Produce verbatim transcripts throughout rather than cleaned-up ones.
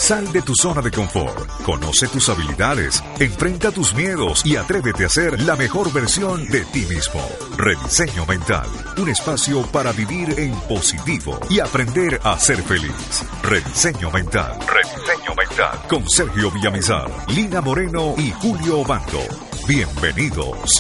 Sal de tu zona de confort, conoce tus habilidades, enfrenta tus miedos y atrévete a ser la mejor versión de ti mismo. Rediseño Mental, un espacio para vivir en positivo y aprender a ser feliz. Rediseño Mental, Rediseño Mental, con Sergio Villamizar, Lina Moreno y Julio Obando. Bienvenidos.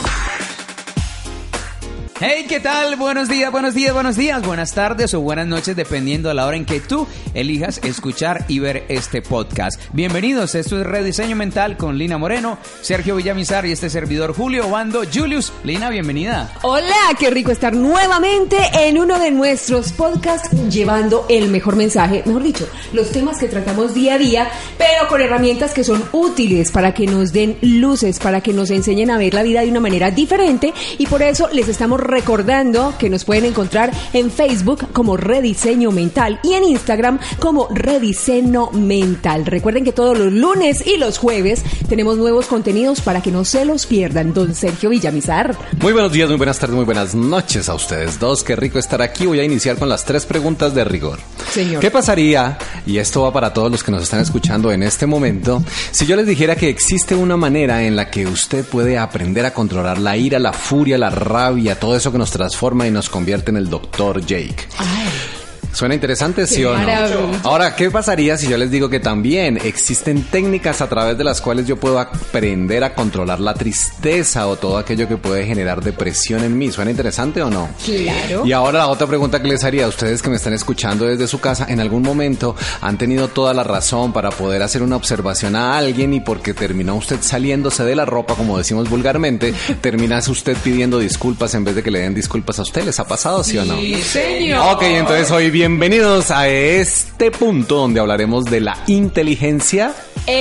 Hey, ¿qué tal? Buenos días, buenos días, buenos días, buenas tardes o buenas noches, dependiendo a la hora en que tú elijas escuchar y ver este podcast. Bienvenidos, esto es Rediseño Mental con Lina Moreno, Sergio Villamizar y este servidor Julio Obando. Julius, Lina, bienvenida. Hola, qué rico estar nuevamente en uno de nuestros podcasts llevando el mejor mensaje, mejor dicho, los temas que tratamos día a día, pero con herramientas que son útiles para que nos den luces, para que nos enseñen a ver la vida de una manera diferente, y por eso les estamos recordando que nos pueden encontrar en Facebook como Rediseño Mental y en Instagram como Rediseño Mental. Recuerden que todos los lunes y los jueves tenemos nuevos contenidos para que no se los pierdan. Don Sergio Villamizar. Muy buenos días, muy buenas tardes, muy buenas noches a ustedes dos. Qué rico estar aquí. Voy a iniciar con las tres preguntas de rigor. Señor. ¿Qué pasaría, y esto va para todos los que nos están escuchando en este momento, si yo les dijera que existe una manera en la que usted puede aprender a controlar la ira, la furia, la rabia, todo eso que nos transforma y nos convierte en el doctor Jake? Ay. ¿Suena interesante, sí o no? Maravilla. Ahora, ¿qué pasaría si yo les digo que también existen técnicas a través de las cuales yo puedo aprender a controlar la tristeza o todo aquello que puede generar depresión en mí? ¿Suena interesante o no? Claro. Y ahora la otra pregunta que les haría a ustedes que me están escuchando desde su casa, ¿en algún momento han tenido toda la razón para poder hacer una observación a alguien y porque terminó usted saliéndose de la ropa, como decimos vulgarmente, termina usted pidiendo disculpas en vez de que le den disculpas a usted? ¿Les ha pasado, sí o no? Sí, señor. Ok, entonces hoy bienvenidos a este punto donde hablaremos de la inteligencia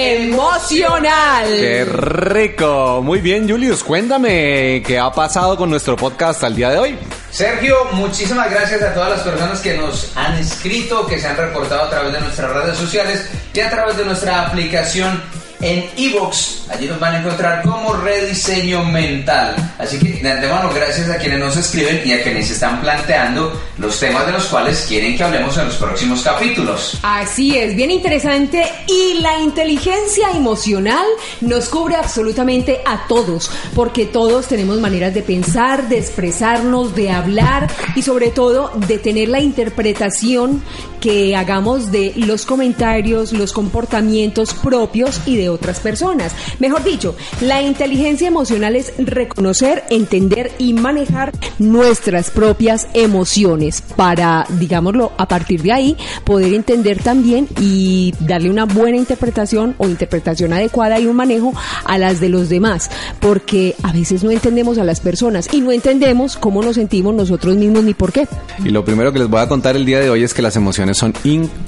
emocional. ¡Qué rico! Muy bien, Julius, cuéntame qué ha pasado con nuestro podcast al día de hoy. Sergio, muchísimas gracias a todas las personas que nos han escrito, que se han reportado a través de nuestras redes sociales y a través de nuestra aplicación en iVoox. Allí nos van a encontrar como Rediseño Mental. Así que de antemano, gracias a quienes nos escriben y a quienes están planteando los temas de los cuales quieren que hablemos en los próximos capítulos. Así es, bien interesante. Y la inteligencia emocional nos cubre absolutamente a todos, porque todos tenemos maneras de pensar, de expresarnos, de hablar y sobre todo de tener la interpretación que hagamos de los comentarios, los comportamientos propios y de otras personas. Mejor dicho, la inteligencia emocional es reconocer, entender y manejar nuestras propias emociones para, digámoslo, a partir de ahí poder entender también y darle una buena interpretación o interpretación adecuada y un manejo a las de los demás, porque a veces no entendemos a las personas y no entendemos cómo nos sentimos nosotros mismos ni por qué. Y lo primero que les voy a contar el día de hoy es que las emociones son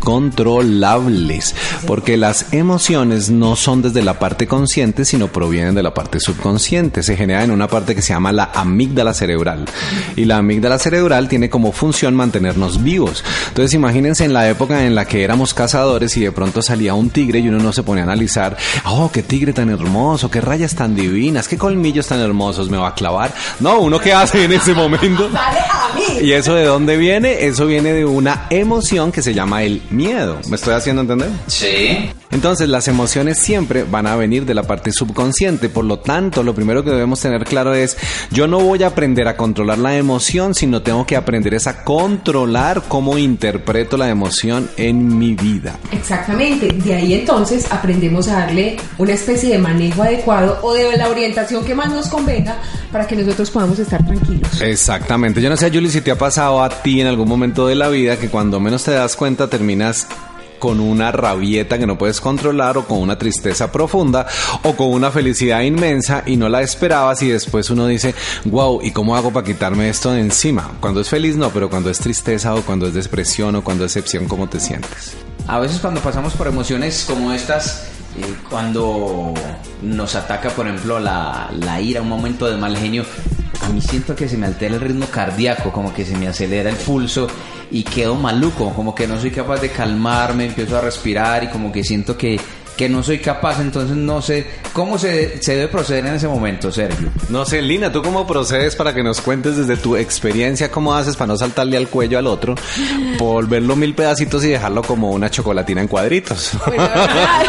incontrolables, porque las emociones no son desde la parte consciente, sino provienen de la parte subconsciente. Se genera en una parte que se llama la amígdala cerebral, y la amígdala cerebral tiene como función mantenernos vivos. Entonces imagínense en la época en la que éramos cazadores y de pronto salía un tigre y uno no se ponía a analizar, oh, qué tigre tan hermoso, qué rayas tan divinas, qué colmillos tan hermosos, me va a clavar. No, uno qué hace en ese momento. Dale a mí. ¿Y eso de dónde viene? Eso viene de una emoción que se llama el miedo. ¿Me estoy haciendo entender? Sí. Entonces las emociones siempre van a venir de la parte subconsciente, por lo tanto lo primero que debemos tener claro es, yo no voy a aprender a controlar la emoción, sino tengo que aprender es a controlar cómo interpreto la emoción en mi vida. Exactamente, de ahí entonces aprendemos a darle una especie de manejo adecuado o de la orientación que más nos convenga para que nosotros podamos estar tranquilos. Exactamente, yo no sé, Julie, si te ha pasado a ti en algún momento de la vida que cuando menos te das cuenta terminas con una rabieta que no puedes controlar, o con una tristeza profunda, o con una felicidad inmensa y no la esperabas, y después uno dice, wow, ¿y cómo hago para quitarme esto de encima? Cuando es feliz no, pero cuando es tristeza o cuando es depresión o cuando es decepción, ¿cómo te sientes? A veces cuando pasamos por emociones como estas, eh, cuando nos ataca, por ejemplo, la, la ira, un momento de mal genio, a mí siento que se me altera el ritmo cardíaco, como que se me acelera el pulso y quedo maluco, como que no soy capaz de calmarme, empiezo a respirar y como que siento que, que no soy capaz, entonces no sé cómo se, se debe proceder en ese momento, Sergio. No sé, Lina, ¿tú cómo procedes para que nos cuentes desde tu experiencia cómo haces para no saltarle al cuello al otro, volverlo mil pedacitos y dejarlo como una chocolatina en cuadritos? Pues la verdad,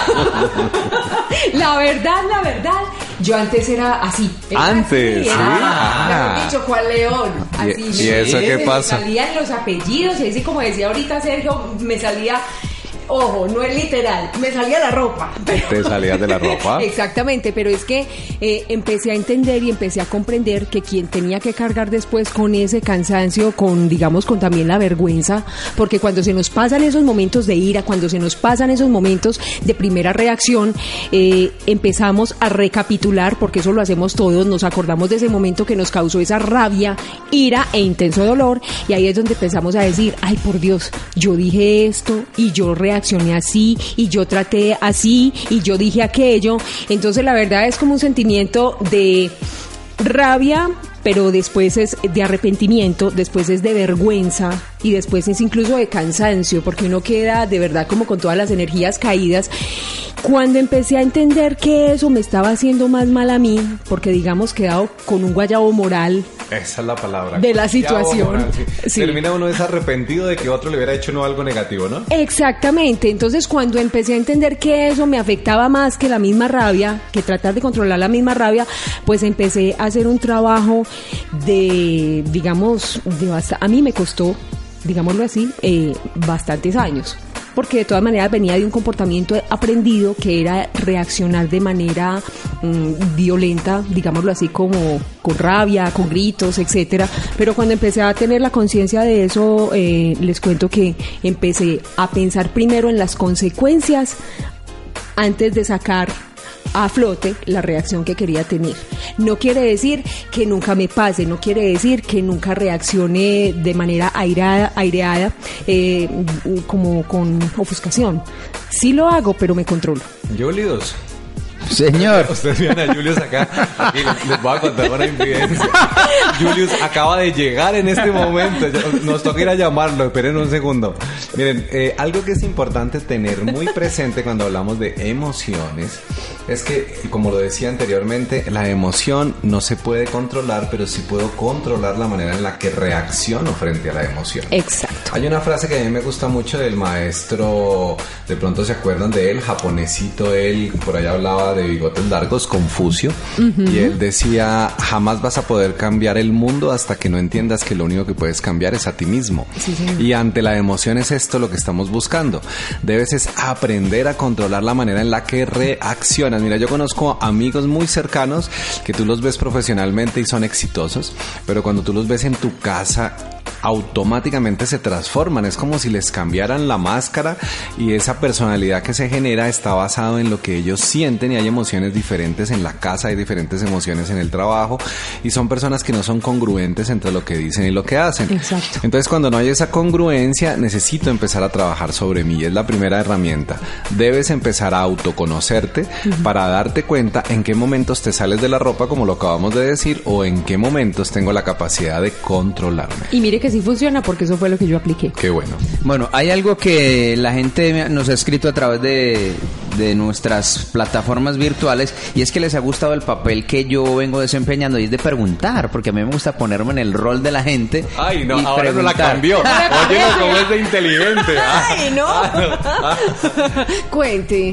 la verdad, la verdad, yo antes era así. Era Antes, así, era, sí. Ah. mejor dicho, ¿cuál león? Así, ¿Y, y eso qué me pasa? salían los apellidos y así como decía ahorita Sergio, me salía... Ojo, no es literal, me salía la ropa. Pero... ¿Te salías de la ropa? Exactamente, pero es que eh, empecé a entender y empecé a comprender que quien tenía que cargar después con ese cansancio, con digamos con también la vergüenza, porque cuando se nos pasan esos momentos de ira, cuando se nos pasan esos momentos de primera reacción, eh, empezamos a recapitular, porque eso lo hacemos todos, nos acordamos de ese momento que nos causó esa rabia, ira e intenso dolor, y ahí es donde empezamos a decir, ay por Dios, yo dije esto y yo reaccioné accioné así y yo traté así y yo dije aquello. Entonces la verdad es como un sentimiento de rabia, pero después es de arrepentimiento, después es de vergüenza y después es incluso de cansancio, porque uno queda de verdad como con todas las energías caídas. Cuando empecé a entender que eso me estaba haciendo más mal a mí, porque digamos quedado con un guayabo moral. Esa es la palabra. De la situación. Moral, sí. Sí. Termina uno es arrepentido de que otro le hubiera hecho no algo negativo, ¿no? Exactamente. Entonces cuando empecé a entender que eso me afectaba más que la misma rabia, que tratar de controlar la misma rabia, pues empecé a hacer un trabajo de, digamos, de bast- a mí me costó, digámoslo así, eh, bastantes años. Porque de todas maneras venía de un comportamiento aprendido que era reaccionar de manera mmm, violenta, digámoslo así, como con rabia, con gritos, etcétera. Pero cuando empecé a tener la conciencia de eso, eh, les cuento que empecé a pensar primero en las consecuencias antes de sacar a flote la reacción que quería tener. No quiere decir que nunca me pase, no quiere decir que nunca reaccione de manera airada, aireada, eh, como con ofuscación. Sí lo hago, pero me controlo. Julius. Señor. Ustedes vean a Julius acá. Aquí les, les voy a contar una infidencia. Julius acaba de llegar en este momento. Nos toca ir a llamarlo. Esperen un segundo. Miren, eh, algo que es importante tener muy presente cuando hablamos de emociones es que, como lo decía anteriormente, la emoción no se puede controlar, pero sí puedo controlar la manera en la que reacciono frente a la emoción. Exacto. Hay una frase que a mí me gusta mucho del maestro, de pronto se acuerdan de él, japonesito, él por allá hablaba de bigotes largos, Confucio, uh-huh. Y él decía, jamás vas a poder cambiar el mundo hasta que no entiendas que lo único que puedes cambiar es a ti mismo. Sí, sí. Y ante la emoción es esto lo que estamos buscando. Debes es aprender a controlar la manera en la que reaccionas. Mira, yo conozco amigos muy cercanos que tú los ves profesionalmente y son exitosos, pero cuando tú los ves en tu casa, automáticamente se transforman. Es como si les cambiaran la máscara y esa personalidad que se genera está basado en lo que ellos sienten, y hay emociones diferentes en la casa, hay diferentes emociones en el trabajo, y son personas que no son congruentes entre lo que dicen y lo que hacen. Exacto. Entonces, cuando no hay esa congruencia, necesito empezar a trabajar sobre mí. Es la primera herramienta. Debes empezar a autoconocerte, uh-huh, para darte cuenta en qué momentos te sales de la ropa, como lo acabamos de decir, o en qué momentos tengo la capacidad de controlarme. Y mire que sí funciona, porque eso fue lo que yo apliqué. Qué bueno. Bueno, hay algo que la gente nos ha escrito a través de, de nuestras plataformas virtuales, y es que les ha gustado el papel que yo vengo desempeñando, y es de preguntar, porque a mí me gusta ponerme en el rol de la gente. Ay, no, y ahora preguntar. no la cambió. Oye, no, cómo es de inteligente. Ay, no. Ah, no. Cuente.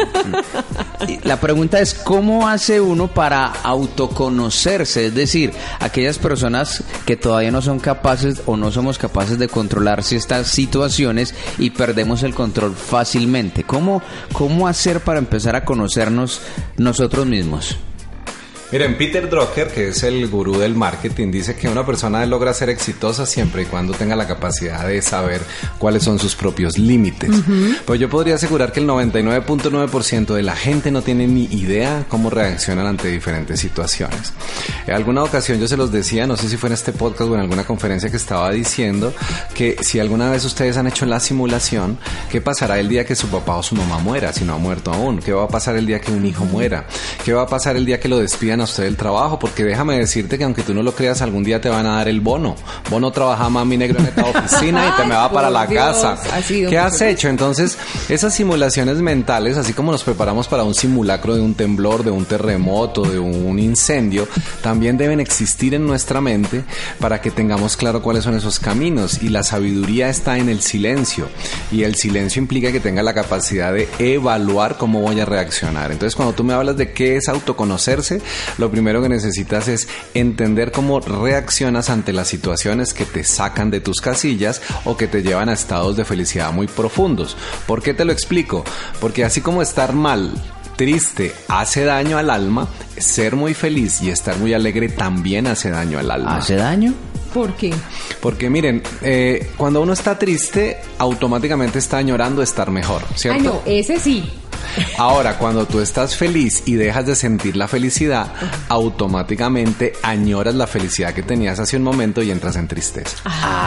La pregunta es, ¿cómo hace uno para autoconocerse? Es decir, aquellas personas que todavía no son capaces o no somos capaces de controlar ciertas situaciones y perdemos el control fácilmente. ¿Cómo, cómo hacer para empezar a conocernos nosotros mismos? Miren, Peter Drucker, que es el gurú del marketing, dice que una persona logra ser exitosa siempre y cuando tenga la capacidad de saber cuáles son sus propios límites. Uh-huh. Pues yo podría asegurar que el noventa y nueve punto nueve por ciento de la gente no tiene ni idea cómo reaccionan ante diferentes situaciones. En alguna ocasión yo se los decía, no sé si fue en este podcast o en alguna conferencia, que estaba diciendo que si alguna vez ustedes han hecho la simulación, ¿qué pasará el día que su papá o su mamá muera, si no ha muerto aún? ¿Qué va a pasar el día que un hijo muera? ¿Qué va a pasar el día que lo despidan a usted el trabajo, porque déjame decirte que aunque tú no lo creas, algún día te van a dar el bono. Vos no trabajás, mami negro, en esta oficina y te me va Ay, para la Dios, casa. ha sido ¿Qué muy has feliz. hecho? Entonces, esas simulaciones mentales, así como nos preparamos para un simulacro de un temblor, de un terremoto, de un incendio, también deben existir en nuestra mente para que tengamos claro cuáles son esos caminos. Y la sabiduría está en el silencio. Y el silencio implica que tenga la capacidad de evaluar cómo voy a reaccionar. Entonces, cuando tú me hablas de qué es autoconocerse, lo primero que necesitas es entender cómo reaccionas ante las situaciones que te sacan de tus casillas o que te llevan a estados de felicidad muy profundos. ¿Por qué te lo explico? Porque así como estar mal, triste, hace daño al alma, ser muy feliz y estar muy alegre también hace daño al alma. ¿Hace daño? ¿Por qué? Porque miren, eh, cuando uno está triste, automáticamente está añorando estar mejor, ¿cierto? Ay, no, ese sí. Ahora, cuando tú estás feliz y dejas de sentir la felicidad, automáticamente añoras la felicidad que tenías hace un momento y entras en tristeza.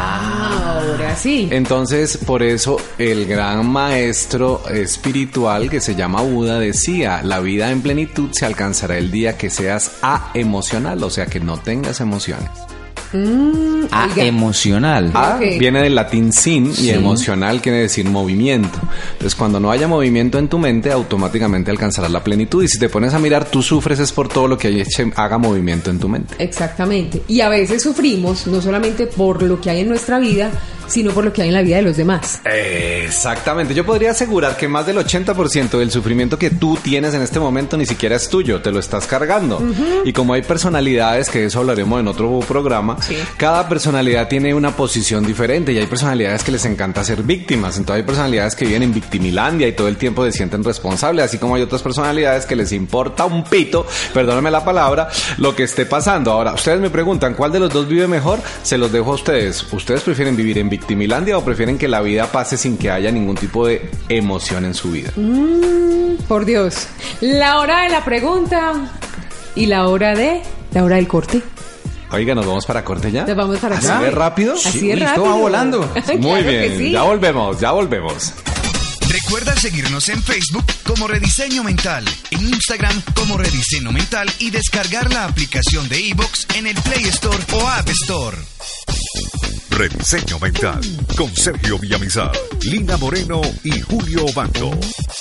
Ah, ahora sí. Entonces, por eso el gran maestro espiritual que se llama Buda decía, la vida en plenitud se alcanzará el día que seas aemocional, o sea, que no tengas emociones. Mm, Ah, oiga. emocional. A Ok. viene del latín sin y Sí. emocional quiere decir movimiento. Entonces, cuando no haya movimiento en tu mente, automáticamente alcanzarás la plenitud. Y si te pones a mirar, tú sufres es por todo lo que hay- haga movimiento en tu mente. Exactamente. Y a veces sufrimos no solamente por lo que hay en nuestra vida, sino por lo que hay en la vida de los demás. Exactamente. Yo podría asegurar que más del ochenta por ciento del sufrimiento que tú tienes en este momento ni siquiera es tuyo, te lo estás cargando. Y como hay personalidades, que de eso hablaremos en otro programa, Sí. cada personalidad tiene una posición diferente y hay personalidades que les encanta ser víctimas. Entonces hay personalidades que viven en victimilandia y todo el tiempo se sienten responsables, así como hay otras personalidades que les importa un pito, perdónenme la palabra, lo que esté pasando. Ahora, ustedes me preguntan, ¿cuál de los dos vive mejor? Se los dejo a ustedes. ¿Ustedes prefieren vivir en victimilandia o prefieren que la vida pase sin que haya ningún tipo de emoción en su vida? Mm, por Dios. La hora de la pregunta y la hora de... La hora del corte. Oiga, ¿nos vamos para corte ya? Nos vamos para ¿Así acá. de rápido? Así Sí, es esto rápido. va volando. Muy Claro que bien, sí. ya volvemos, ya volvemos. Recuerda seguirnos en Facebook como Rediseño Mental, en Instagram como Rediseño Mental y descargar la aplicación de iVoox en el Play Store o App Store. Rediseño Mental con Sergio Villamizar, Lina Moreno y Julio Bando.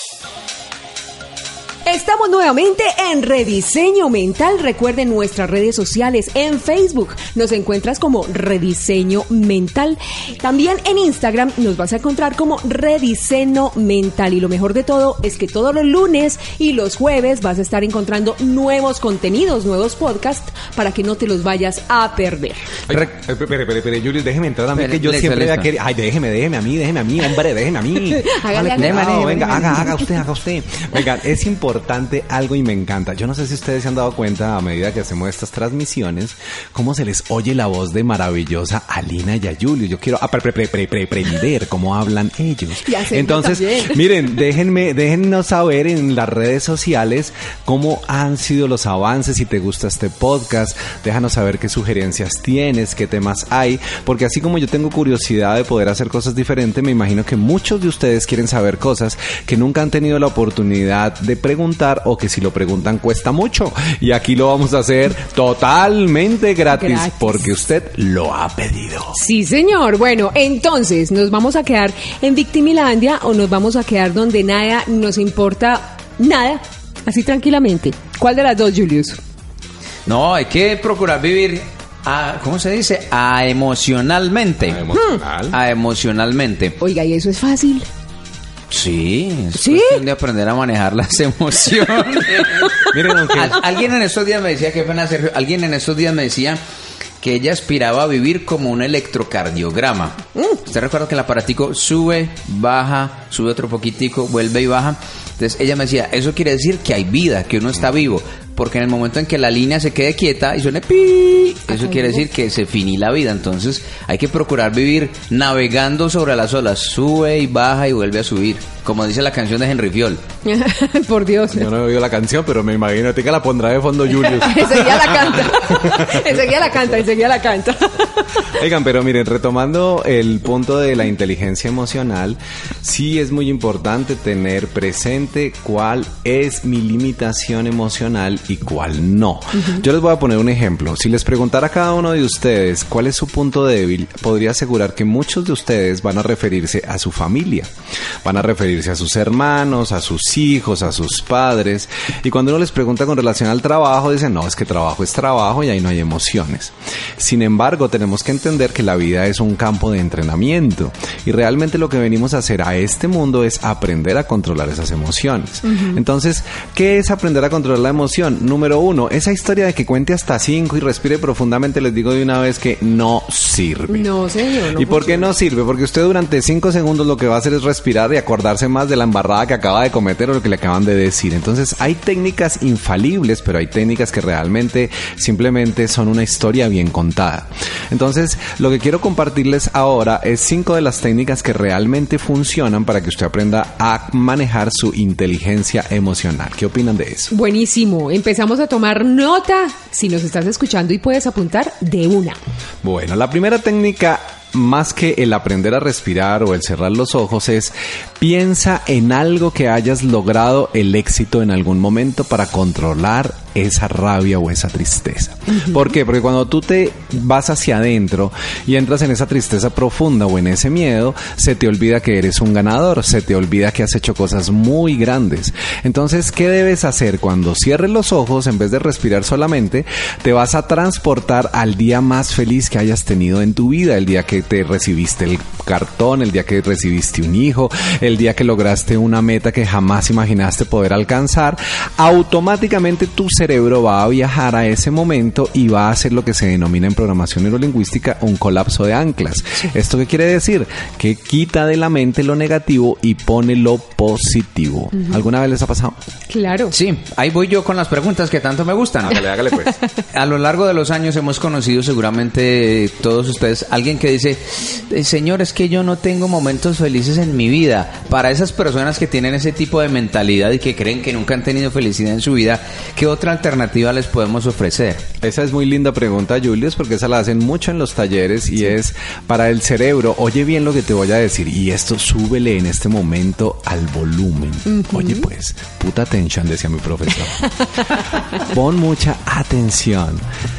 Estamos nuevamente en Rediseño Mental. Recuerden nuestras redes sociales. En Facebook nos encuentras como Rediseño Mental. También en Instagram nos vas a encontrar como Rediseño Mental. Y lo mejor de todo es que todos los lunes y los jueves vas a estar encontrando nuevos contenidos, nuevos podcasts, para que no te los vayas a perder. Ay, ay, espere, espere, espere, Julius, déjeme entrar a mí, Espere, que yo listo, siempre voy a listo. querer... Ay, déjeme, déjeme a mí, déjeme a mí, hombre, déjeme a mí. Hágale, Vale, hágale. cuidado, Déjeme, venga, déjeme. haga, haga usted, haga usted. Venga, es importante algo y me encanta. Yo no sé si ustedes se han dado cuenta a medida que hacemos estas transmisiones, cómo se les oye la voz de maravillosa a Lina y a Julio. Yo quiero ah, pre, pre, pre, pre, pre, aprender cómo hablan ellos. Y a Sergio Entonces, también. miren, déjenme, déjennos saber en las redes sociales cómo han sido los avances, si te gusta este podcast, déjanos saber qué sugerencias tienes, qué temas hay, porque así como yo tengo curiosidad de poder hacer cosas diferentes, me imagino que muchos de ustedes quieren saber cosas que nunca han tenido la oportunidad de preguntar o que si lo preguntan cuesta mucho. Y aquí lo vamos a hacer totalmente gratis, Gratis. porque usted lo ha pedido. Sí, señor. Bueno, entonces, ¿nos vamos a quedar en Victimilandia o nos vamos a quedar donde nada nos importa nada? Así tranquilamente. ¿Cuál de las dos, Julius? No, hay que procurar vivir, a, ¿cómo se dice? A emocionalmente. Emocional. A emocionalmente. Oiga, ¿y eso es fácil? Sí, es ¿Sí? cuestión de aprender a manejar las emociones. Miren, aunque... Al- alguien en estos días me decía, qué pena, Sergio, alguien en estos días me decía que ella aspiraba a vivir como un electrocardiograma. ¿Usted recuerda que el aparatico sube, baja, sube otro poquitico, vuelve y baja? Entonces ella me decía, eso quiere decir que hay vida, que uno está vivo, porque en el momento en que la línea se quede quieta y suene pi, eso Ajá, quiere ¿no? decir que se finí la vida. Entonces hay que procurar vivir navegando sobre las olas, sube y baja y vuelve a subir, como dice la canción de Henry Fiol. Por Dios. Yo no he oído la canción, pero me imagino que la pondrá de fondo Julius. Enseguida la canta. Enseguida la canta, enseguida la canta. Oigan, pero miren, retomando el punto de la inteligencia emocional, sí sí es muy importante tener presente cuál es mi limitación emocional y cuál no. Uh-huh. Yo les voy a poner un ejemplo. Si les preguntara a cada uno de ustedes cuál es su punto débil, podría asegurar que muchos de ustedes van a referirse a su familia, van a referirse a sus hermanos, a sus hijos, a sus padres, y cuando uno les pregunta con relación al trabajo, dicen, no, es que trabajo es trabajo y ahí no hay emociones. Sin embargo, tenemos que entender que la vida es un campo de entrenamiento y realmente lo que venimos a hacer a este mundo es aprender a controlar esas emociones. Uh-huh. Entonces, ¿qué es aprender a controlar la emoción? Número uno, esa historia de que cuente hasta cinco y respire profundamente, les digo de una vez que no sirve. No, señor. No ¿Y por qué no sirve? Porque usted durante cinco segundos lo que va a hacer es respirar y acordarse más de la embarrada que acaba de cometer o lo que le acaban de decir. Entonces, hay técnicas infalibles, pero hay técnicas que realmente simplemente son una historia bien contada. Entonces, lo que quiero compartirles ahora es cinco de las técnicas que realmente funcionan para que usted aprenda a manejar su inteligencia emocional. ¿Qué opinan de eso? Buenísimo. Empezamos a tomar nota. Si nos estás escuchando y puedes apuntar, de una. Bueno, la primera técnica, más que el aprender a respirar o el cerrar los ojos, es piensa en algo que hayas logrado el éxito en algún momento para controlar esa rabia o esa tristeza. Uh-huh. ¿Por qué? Porque cuando tú te vas hacia adentro y entras en esa tristeza profunda o en ese miedo, se te olvida que eres un ganador, se te olvida que has hecho cosas muy grandes. Entonces, ¿qué debes hacer? Cuando cierres los ojos, en vez de respirar solamente, te vas a transportar al día más feliz que hayas tenido en tu vida, el día que te recibiste el cartón, el día que recibiste un hijo, el día que lograste una meta que jamás imaginaste poder alcanzar. Automáticamente tu cerebro va a viajar a ese momento y va a hacer lo que se denomina en programación neurolingüística un colapso de anclas. Sí. ¿Esto qué quiere decir? Que quita de la mente lo negativo y pone lo positivo. Uh-huh. ¿Alguna vez les ha pasado? Claro. Sí, ahí voy yo con las preguntas que tanto me gustan. Hágale, hágale pues. A lo largo de los años hemos conocido seguramente todos ustedes alguien que dice, señor, es que yo no tengo momentos felices en mi vida. Para esas personas que tienen ese tipo de mentalidad y que creen que nunca han tenido felicidad en su vida, ¿qué otra alternativa les podemos ofrecer? Esa es muy linda pregunta, Julius, porque esa la hacen mucho en los talleres y sí. Es para el cerebro. Oye bien lo que te voy a decir y esto súbele en este momento al volumen. Uh-huh. Oye pues, puta atención, decía mi profesor. Pon mucha atención.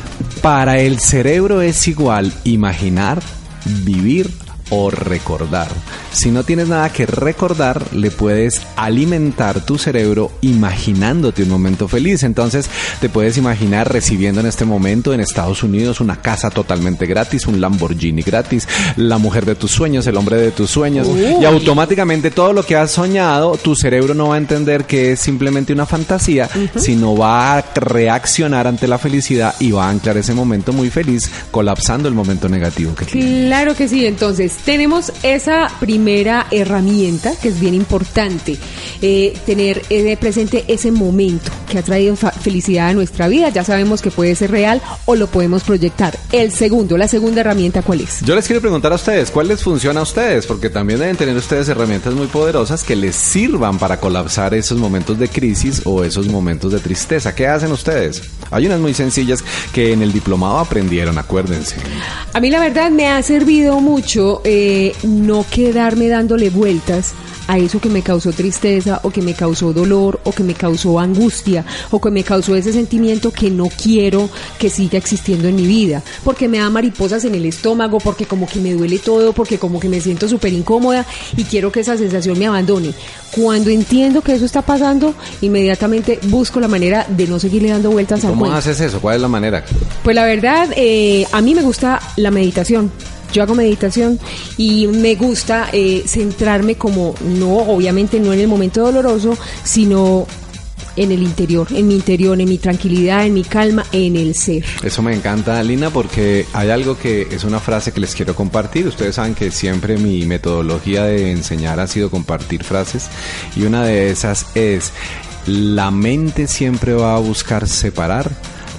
Para el cerebro es igual imaginar, vivir o recordar. Si no tienes nada que recordar, le puedes alimentar tu cerebro imaginándote un momento feliz. Entonces te puedes imaginar recibiendo en este momento en Estados Unidos una casa totalmente gratis, un Lamborghini gratis, la mujer de tus sueños, el hombre de tus sueños. Uy. Y automáticamente todo lo que has soñado, tu cerebro no va a entender que es simplemente una fantasía, uh-huh. sino va a reaccionar ante la felicidad y va a anclar ese momento muy feliz, colapsando el momento negativo que tienes. Claro que sí. Entonces tenemos esa primera herramienta que es bien importante, eh, tener eh, presente ese momento que ha traído fa- felicidad a nuestra vida. Ya sabemos que puede ser real o lo podemos proyectar. El segundo, la segunda herramienta, ¿cuál es? Yo les quiero preguntar a ustedes, ¿cuál les funciona a ustedes? Porque también deben tener ustedes herramientas muy poderosas que les sirvan para colapsar esos momentos de crisis o esos momentos de tristeza. ¿Qué hacen ustedes? Hay unas muy sencillas que en el diplomado aprendieron, acuérdense. A mí la verdad me ha servido mucho eh, no quedarme dándole vueltas a eso que me causó tristeza o que me causó dolor o que me causó angustia o que me causó ese sentimiento que no quiero que siga existiendo en mi vida, porque me da mariposas en el estómago, porque como que me duele todo, porque como que me siento súper incómoda y quiero que esa sensación me abandone. Cuando entiendo que eso está pasando, inmediatamente busco la manera de no seguirle dando vueltas al cuento. ¿Cómo haces eso? ¿Cuál es la manera? Pues la verdad, eh, a mí me gusta la meditación. Yo hago meditación y me gusta eh, centrarme como, no, obviamente no en el momento doloroso, sino en el interior, en mi interior, en mi tranquilidad, en mi calma, en el ser. Eso me encanta, Lina, porque hay algo que es una frase que les quiero compartir. Ustedes saben que siempre mi metodología de enseñar ha sido compartir frases y una de esas es: la mente siempre va a buscar separar,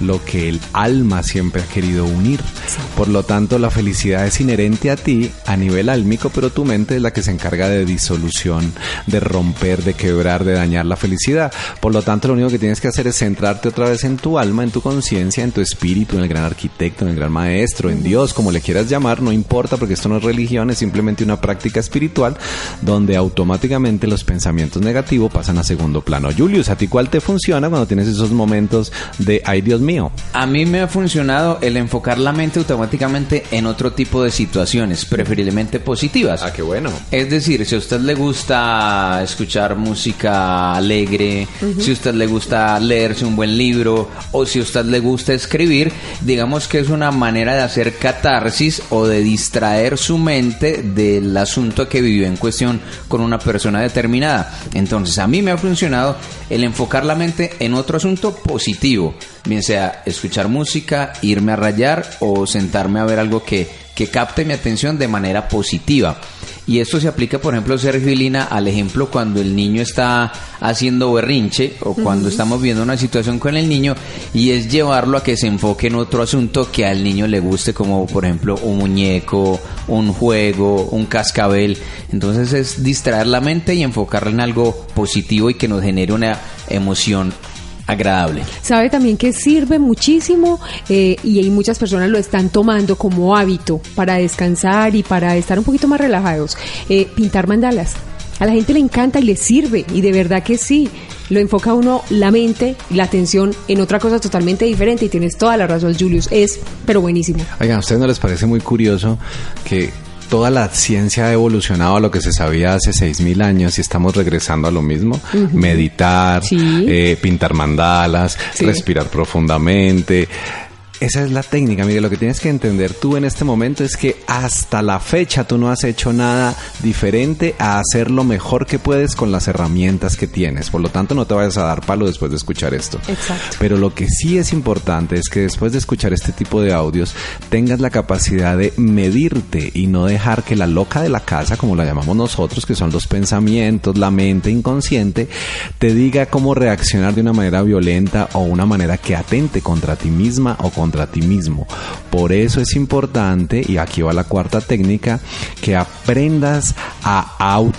lo que el alma siempre ha querido unir. Sí. Por lo tanto, la felicidad es inherente a ti a nivel álmico, pero tu mente es la que se encarga de disolución, de romper, de quebrar, de dañar la felicidad. Por lo tanto, lo único que tienes que hacer es centrarte otra vez en tu alma, en tu conciencia, en tu espíritu, en el gran arquitecto, en el gran maestro, en Dios, como le quieras llamar, no importa, porque esto no es religión, es simplemente una práctica espiritual donde automáticamente los pensamientos negativos pasan a segundo plano. Julius, ¿a ti cuál te funciona cuando tienes esos momentos de ay Dios mío? A mí me ha funcionado el enfocar la mente automáticamente en otro tipo de situaciones, preferiblemente positivas. Ah, qué bueno. Es decir, si a usted le gusta escuchar música alegre, uh-huh. si a usted le gusta leerse un buen libro, o si a usted le gusta escribir, digamos que es una manera de hacer catarsis o de distraer su mente del asunto que vivió en cuestión con una persona determinada. Entonces, a mí me ha funcionado el enfocar la mente en otro asunto positivo, bien sea escuchar música, irme a rayar o sentarme a ver algo que, que capte mi atención de manera positiva. Y esto se aplica, por ejemplo, Sergio y Lina, al ejemplo cuando el niño está haciendo berrinche o cuando uh-huh. estamos viendo una situación con el niño, y es llevarlo a que se enfoque en otro asunto que al niño le guste, como por ejemplo un muñeco, un juego, un cascabel. Entonces es distraer la mente y enfocarla en algo positivo y que nos genere una emoción agradable. Sabe también que sirve muchísimo eh, y hay muchas personas lo están tomando como hábito para descansar y para estar un poquito más relajados. Eh, pintar mandalas. A la gente le encanta y le sirve, y de verdad que sí. Lo enfoca uno la mente, la atención en otra cosa totalmente diferente, y tienes toda la razón, Julius. Es, pero buenísimo. Oigan, ¿a ustedes no les parece muy curioso que toda la ciencia ha evolucionado a lo que se sabía hace seis mil años y estamos regresando a lo mismo? Uh-huh. Meditar, sí. eh, pintar mandalas, sí. respirar profundamente. Esa es la técnica. Mire, lo que tienes que entender tú en este momento es que hasta la fecha tú no has hecho nada diferente a hacer lo mejor que puedes con las herramientas que tienes. Por lo tanto, no te vayas a dar palo después de escuchar esto. Exacto. Pero lo que sí es importante es que después de escuchar este tipo de audios tengas la capacidad de medirte y no dejar que la loca de la casa, como la llamamos nosotros, que son los pensamientos, la mente inconsciente, te diga cómo reaccionar de una manera violenta o una manera que atente contra ti misma o contra contra ti mismo. Por eso es importante, y aquí va la cuarta técnica, que aprendas a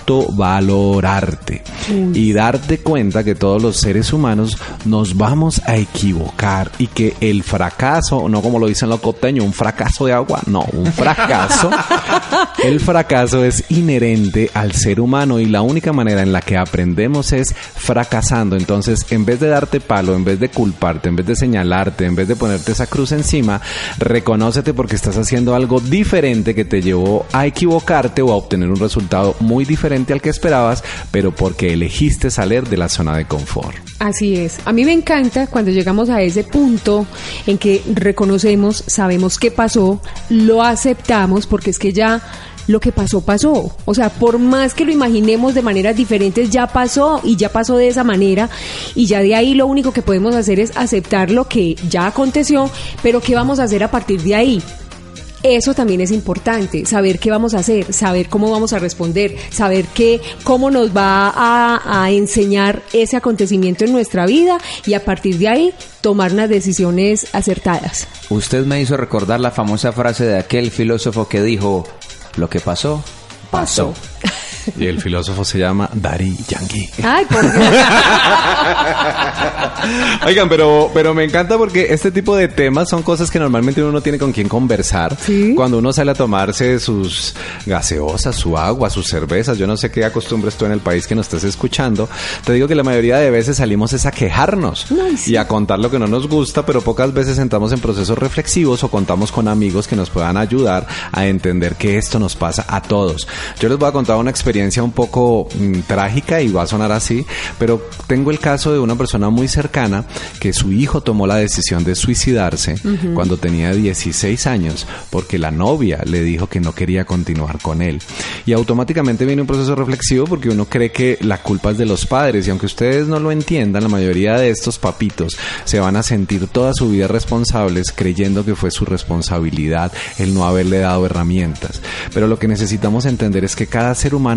autovalorarte mm. y darte cuenta que todos los seres humanos nos vamos a equivocar y que el fracaso, no como lo dicen los costeños, un fracaso de agua, no, un fracaso, el fracaso es inherente al ser humano y la única manera en la que aprendemos es fracasando. Entonces, en vez de darte palo, en vez de culparte, en vez de señalarte, en vez de ponerte esa cruz encima, reconócete porque estás haciendo algo diferente que te llevó a equivocarte o a obtener un resultado muy diferente al que esperabas, pero porque elegiste salir de la zona de confort. Así es. A mí me encanta cuando llegamos a ese punto en que reconocemos, sabemos qué pasó, lo aceptamos, porque es que ya lo que pasó, pasó. O sea, por más que lo imaginemos de maneras diferentes, ya pasó y ya pasó de esa manera, y ya de ahí lo único que podemos hacer es aceptar lo que ya aconteció, pero ¿qué vamos a hacer a partir de ahí? Eso también es importante, saber qué vamos a hacer, saber cómo vamos a responder, saber qué, cómo nos va a, a enseñar ese acontecimiento en nuestra vida, y a partir de ahí tomar unas decisiones acertadas. Usted me hizo recordar la famosa frase de aquel filósofo que dijo: lo que pasó, pasó. Y el filósofo se llama Daddy Yankee. Ay, por Dios. Oigan, pero, pero me encanta porque este tipo de temas son cosas que normalmente uno no tiene con quien conversar. ¿Sí? Cuando uno sale a tomarse sus gaseosas, su agua, sus cervezas. Yo no sé qué acostumbres tú en el país que nos estés escuchando. Te digo que la mayoría de veces salimos es a quejarnos Ay, sí. y a contar lo que no nos gusta, pero pocas veces entramos en procesos reflexivos o contamos con amigos que nos puedan ayudar a entender que esto nos pasa a todos. Yo les voy a contar una experiencia un poco mmm, trágica y va a sonar así, pero tengo el caso de una persona muy cercana que su hijo tomó la decisión de suicidarse uh-huh. cuando tenía dieciséis años porque la novia le dijo que no quería continuar con él, y automáticamente viene un proceso reflexivo porque uno cree que la culpa es de los padres, y aunque ustedes no lo entiendan, la mayoría de estos papitos se van a sentir toda su vida responsables creyendo que fue su responsabilidad el no haberle dado herramientas. Pero lo que necesitamos entender es que cada ser humano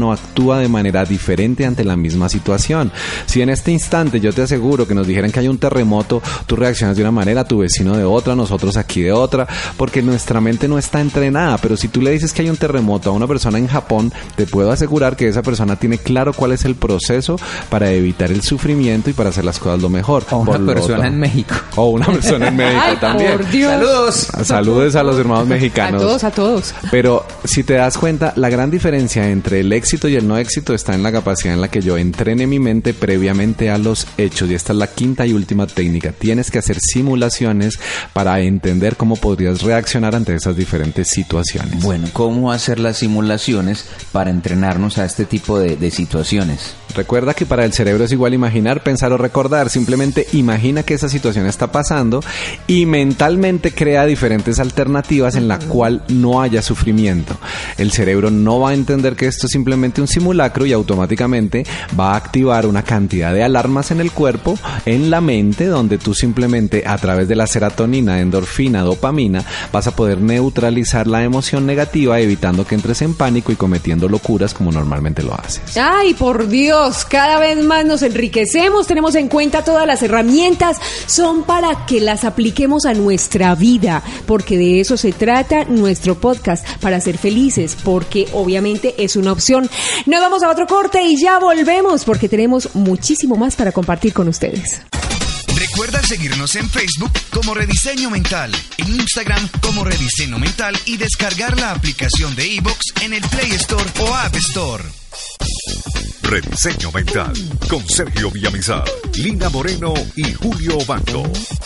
humano actúa de manera diferente ante la misma situación. Si en este instante yo te aseguro que nos dijeran que hay un terremoto, tú reaccionas de una manera, tu vecino de otra, nosotros aquí de otra, porque nuestra mente no está entrenada. Pero si tú le dices que hay un terremoto a una persona en Japón, te puedo asegurar que esa persona tiene claro cuál es el proceso para evitar el sufrimiento y para hacer las cosas lo mejor. O una persona otro. en México. O una persona en México. Ay, también. Por Dios. Saludos. Saludos a los hermanos mexicanos. A todos, a todos. Pero si te das cuenta, la gran diferencia entre el éxito y el no éxito está en la capacidad en la que yo entrene mi mente previamente a los hechos. Y esta es la quinta y última técnica. Tienes que hacer simulaciones para entender cómo podrías reaccionar ante esas diferentes situaciones. Bueno, ¿cómo hacer las simulaciones para entrenarnos a este tipo de, de situaciones? Recuerda que para el cerebro es igual imaginar, pensar o recordar. Simplemente imagina que esa situación está pasando y mentalmente crea diferentes alternativas en la cual no haya sufrimiento. El cerebro no va a entender que esto es simplemente un simulacro y automáticamente va a activar una cantidad de alarmas en el cuerpo, en la mente, donde tú simplemente a través de la serotonina, endorfina, dopamina, vas a poder neutralizar la emoción negativa, evitando que entres en pánico y cometiendo locuras como normalmente lo haces. Ay, por Dios, cada vez más nos enriquecemos, tenemos en cuenta todas las herramientas, son para que las apliquemos a nuestra vida, porque de eso se trata nuestro podcast, para ser felices, porque obviamente es una opción. Nos vamos a otro corte y ya volvemos, porque tenemos muchísimo más para compartir con ustedes. Recuerda seguirnos en Facebook como Rediseño Mental, en Instagram como Rediseño Mental y descargar la aplicación de iVoox en el Play Store o App Store. Rediseño Mental con Sergio Villamizar, Lina Moreno y Julio Banco.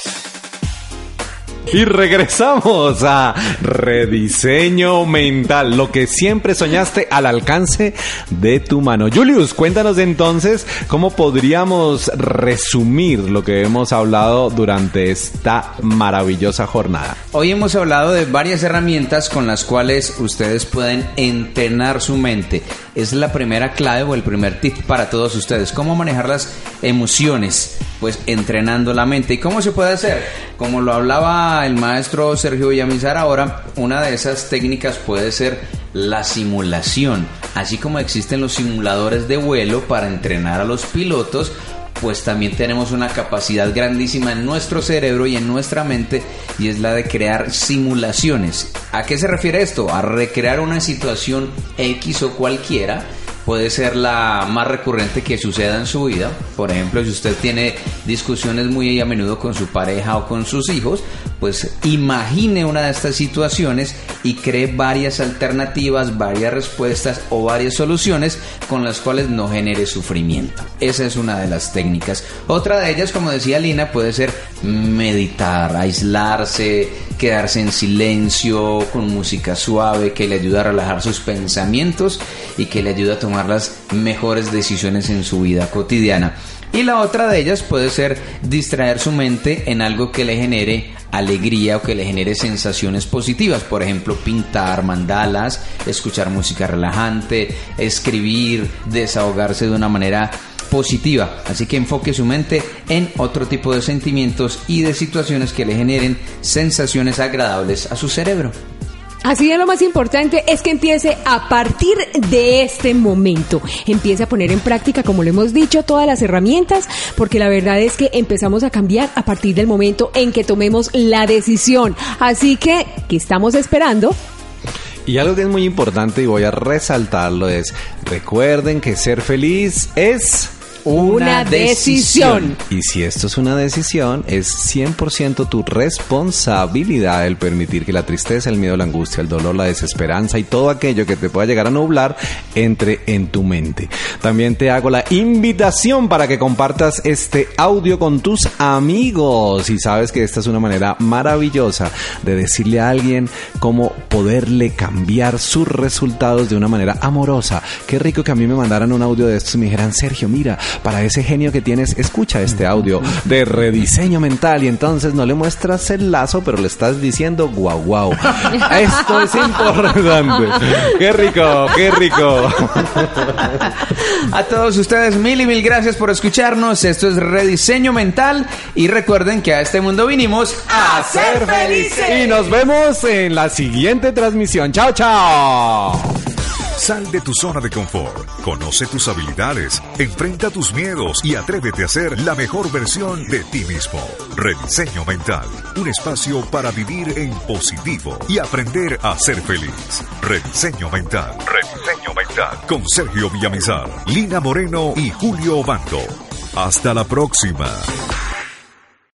Y regresamos a Rediseño Mental, lo que siempre soñaste al alcance de tu mano. Julius, cuéntanos entonces cómo podríamos resumir lo que hemos hablado durante esta maravillosa jornada. Hoy hemos hablado de varias herramientas con las cuales ustedes pueden entrenar su mente. Es la primera clave o el primer tip para todos ustedes. ¿Cómo manejar las emociones? Pues entrenando la mente. ¿Y cómo se puede hacer? Como lo hablaba el maestro Sergio Villamizar ahora, una de esas técnicas puede ser la simulación. Así como existen los simuladores de vuelo para entrenar a los pilotos, pues también tenemos una capacidad grandísima en nuestro cerebro y en nuestra mente, y es la de crear simulaciones. ¿A qué se refiere esto? A recrear una situación X o cualquiera. Puede ser la más recurrente que suceda en su vida. Por ejemplo, si usted tiene discusiones muy a menudo con su pareja o con sus hijos, pues imagine una de estas situaciones y cree varias alternativas, varias respuestas o varias soluciones con las cuales no genere sufrimiento. Esa es una de las técnicas. Otra de ellas, como decía Lina, puede ser meditar, aislarse, quedarse en silencio con música suave que le ayuda a relajar sus pensamientos y que le ayuda a tomar las mejores decisiones en su vida cotidiana. Y la otra de ellas puede ser distraer su mente en algo que le genere alegría o que le genere sensaciones positivas. Por ejemplo, pintar mandalas, escuchar música relajante, escribir, desahogarse de una manera positiva. Así que enfoque su mente en otro tipo de sentimientos y de situaciones que le generen sensaciones agradables a su cerebro. Así que lo más importante es que empiece a partir de este momento. Empiece a poner en práctica, como lo hemos dicho, todas las herramientas, porque la verdad es que empezamos a cambiar a partir del momento en que tomemos la decisión. Así que, ¿qué estamos esperando? Y algo que es muy importante y voy a resaltarlo es, recuerden que ser feliz es una decisión. Y si esto es una decisión, es cien por ciento tu responsabilidad el permitir que la tristeza, el miedo, la angustia, el dolor, la desesperanza y todo aquello que te pueda llegar a nublar entre en tu mente. También te hago la invitación para que compartas este audio con tus amigos. Y sabes que esta es una manera maravillosa de decirle a alguien cómo poderle cambiar sus resultados de una manera amorosa. Qué rico que a mí me mandaran un audio de estos y me dijeran, Sergio, mira, para ese genio que tienes, escucha este audio de Rediseño Mental, y entonces no le muestras el lazo, pero le estás diciendo guau guau. Esto es importante. Qué rico, qué rico. A todos ustedes, mil y mil gracias por escucharnos. Esto es Rediseño Mental y recuerden que a este mundo vinimos a ser felices. Y nos vemos en la siguiente transmisión. Chao, chao. Sal de tu zona de confort, conoce tus habilidades, enfrenta tus miedos y atrévete a ser la mejor versión de ti mismo. Rediseño Mental, un espacio para vivir en positivo y aprender a ser feliz. Rediseño Mental, Rediseño Mental, con Sergio Villamizar, Lina Moreno y Julio Obando. Hasta la próxima.